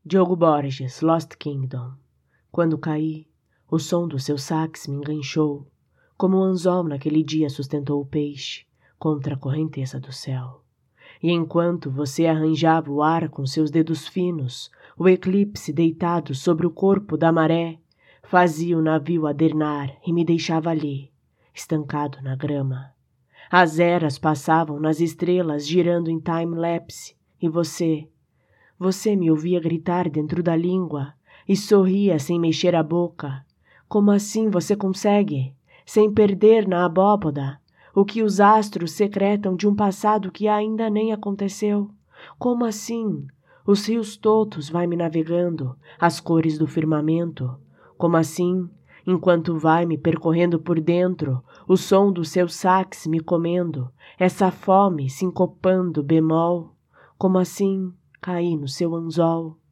Diogo Borges, Lost Kingdom. Quando caí, o som do seu sax me enganchou, como o anzol naquele dia sustentou o peixe contra a correnteza do céu. E enquanto você arranjava o ar com seus dedos finos, o eclipse deitado sobre o corpo da maré fazia o navio adernar e me deixava ali, estancado na grama. As eras passavam nas estrelas girando em time-lapse e você me ouvia gritar dentro da língua e sorria sem mexer a boca. Como assim você consegue, sem perder na abóboda, o que os astros secretam de um passado que ainda nem aconteceu? Como assim? Os rios todos vai me navegando, as cores do firmamento. Como assim? Enquanto vai me percorrendo por dentro, o som do seu sax me comendo, essa fome sincopando bemol. Como assim? Caí no seu anzol.